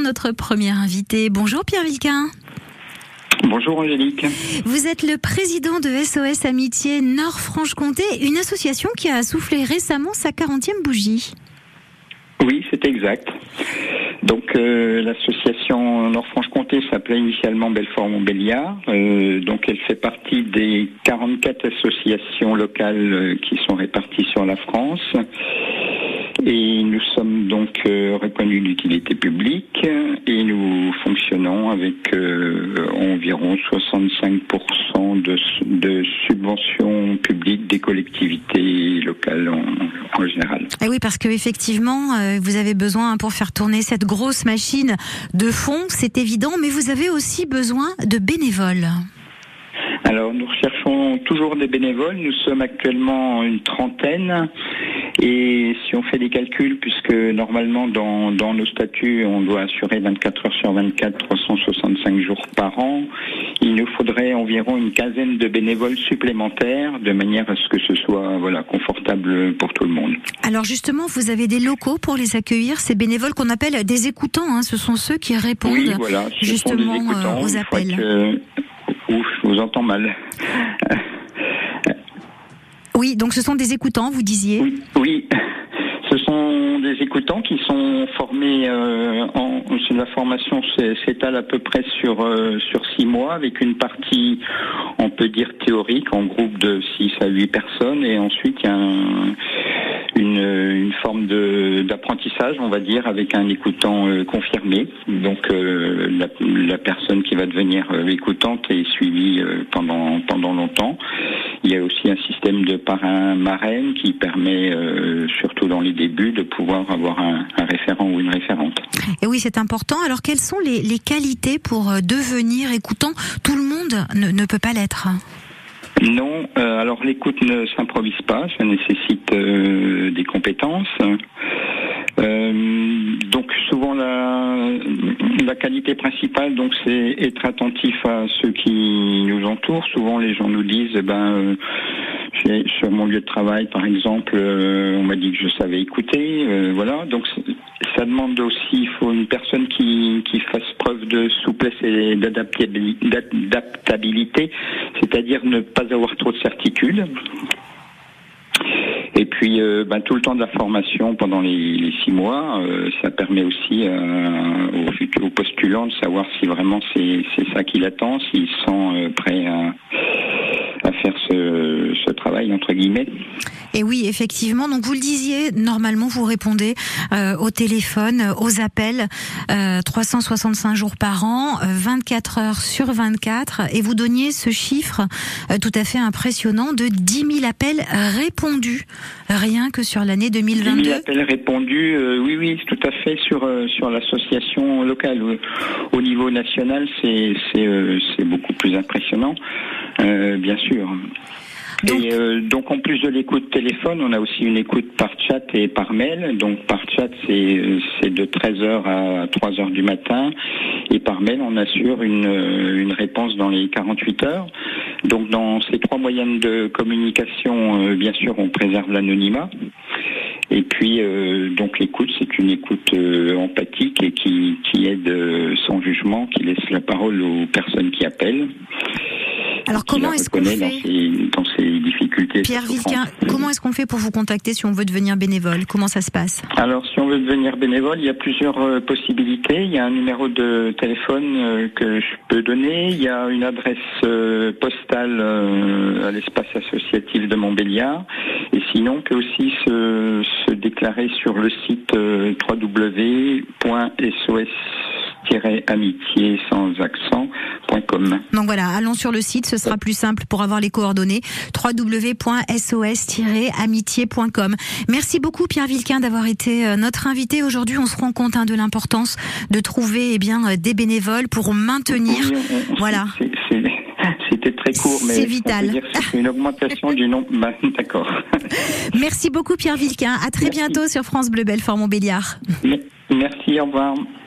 notre premier invité. Bonjour Pierre Vilquin. Bonjour Angélique. Vous êtes le président de SOS Amitié Nord-Franche-Comté, une association qui a soufflé récemment sa 40e bougie. Oui, c'est exact. Donc l'association Nord-Franche-Comté s'appelait initialement Belfort-Montbéliard. Donc elle fait partie des 44 associations locales qui sont réparties sur la France. Et nous sommes donc reconnus d'utilité publique et nous fonctionnons avec environ 65% de subventions publiques des collectivités locales en général. Et oui, parce que effectivement, vous avez besoin pour faire tourner cette grosse machine de fonds, c'est évident, mais vous avez aussi besoin de bénévoles. Alors nous recherchons toujours des bénévoles, nous sommes actuellement une trentaine et si on fait des calculs, puisque normalement dans nos statuts on doit assurer 24 heures sur 24, 365 jours par an, il nous faudrait environ une quinzaine de bénévoles supplémentaires de manière à ce que ce soit confortable pour tout le monde. Alors justement, vous avez des locaux pour les accueillir, ces bénévoles qu'on appelle des écoutants, ce sont ceux qui répondent justement aux appels. Ouf, je vous entends mal. Oui, donc ce sont des écoutants, vous disiez ? Oui. Ce sont des écoutants qui sont formés la formation s'étale à peu près sur 6 mois avec une partie, on peut dire théorique, en groupe de 6 à 8 personnes et ensuite il y a une forme d'apprentissage, on va dire, avec un écoutant confirmé. Donc la personne qui va devenir écoutante est suivie pendant longtemps. Il y a aussi un système de parrain-marraine qui permet, surtout dans les débuts, de pouvoir avoir un référent ou une référente. Et oui, c'est important. Alors, quelles sont les qualités pour devenir écoutant ? Tout le monde ne peut pas l'être. Non, alors l'écoute ne s'improvise pas, ça nécessite des compétences. Donc souvent la qualité principale, donc c'est être attentif à ceux qui nous entourent. Souvent les gens nous disent, sur mon lieu de travail par exemple, on m'a dit que je savais écouter, voilà. Donc ça demande aussi, il faut une personne qui fasse preuve de souplesse et d'adaptabilité, c'est-à-dire ne pas avoir trop de certitude. Et puis tout le temps de la formation pendant les 6 mois, ça permet aussi aux postulants de savoir si vraiment c'est ça qu'il attend, s'ils sont prêts à faire ce travail entre guillemets. Et oui, effectivement. Donc vous le disiez, normalement vous répondez au téléphone, aux appels, 365 jours par an, 24 heures sur 24, et vous donniez ce chiffre tout à fait impressionnant de 10 000 appels répondus, rien que sur l'année 2022. 10 000 appels répondus, oui, tout à fait sur l'association locale. Au niveau national, c'est beaucoup plus impressionnant, bien sûr. Donc en plus de l'écoute téléphone, on a aussi une écoute par chat et par mail. Donc par chat, c'est de 13h à 3h du matin. Et par mail, on assure une réponse dans les 48 heures. Donc dans ces 3 moyens de communication, bien sûr, on préserve l'anonymat. Et puis donc l'écoute, c'est une écoute empathique et qui aide sans jugement, qui laisse la parole aux personnes qui appellent. Alors comment est-ce qu'on fait dans ces difficultés? Pierre Vilquin, comment est-ce qu'on fait pour vous contacter si on veut devenir bénévole? Comment ça se passe? Alors si on veut devenir bénévole, il y a plusieurs possibilités. Il y a un numéro de téléphone que je peux donner. Il y a une adresse postale à l'espace associatif de Montbéliard. Et sinon, on peut aussi se déclarer sur le site www.sos-amitié sans accent.com. Donc voilà, allons sur le site, ce sera plus simple pour avoir les coordonnées. www.sos-amitié.com. Merci beaucoup Pierre Vilquin d'avoir été notre invité aujourd'hui. On se rend compte de l'importance de trouver des bénévoles pour maintenir. Oui, voilà. C'était très court, mais c'est vital. On peut dire que c'est une augmentation du nombre. D'accord. Merci beaucoup Pierre Vilquin. À très bientôt sur France Bleu Belfort Montbéliard. Merci, au revoir.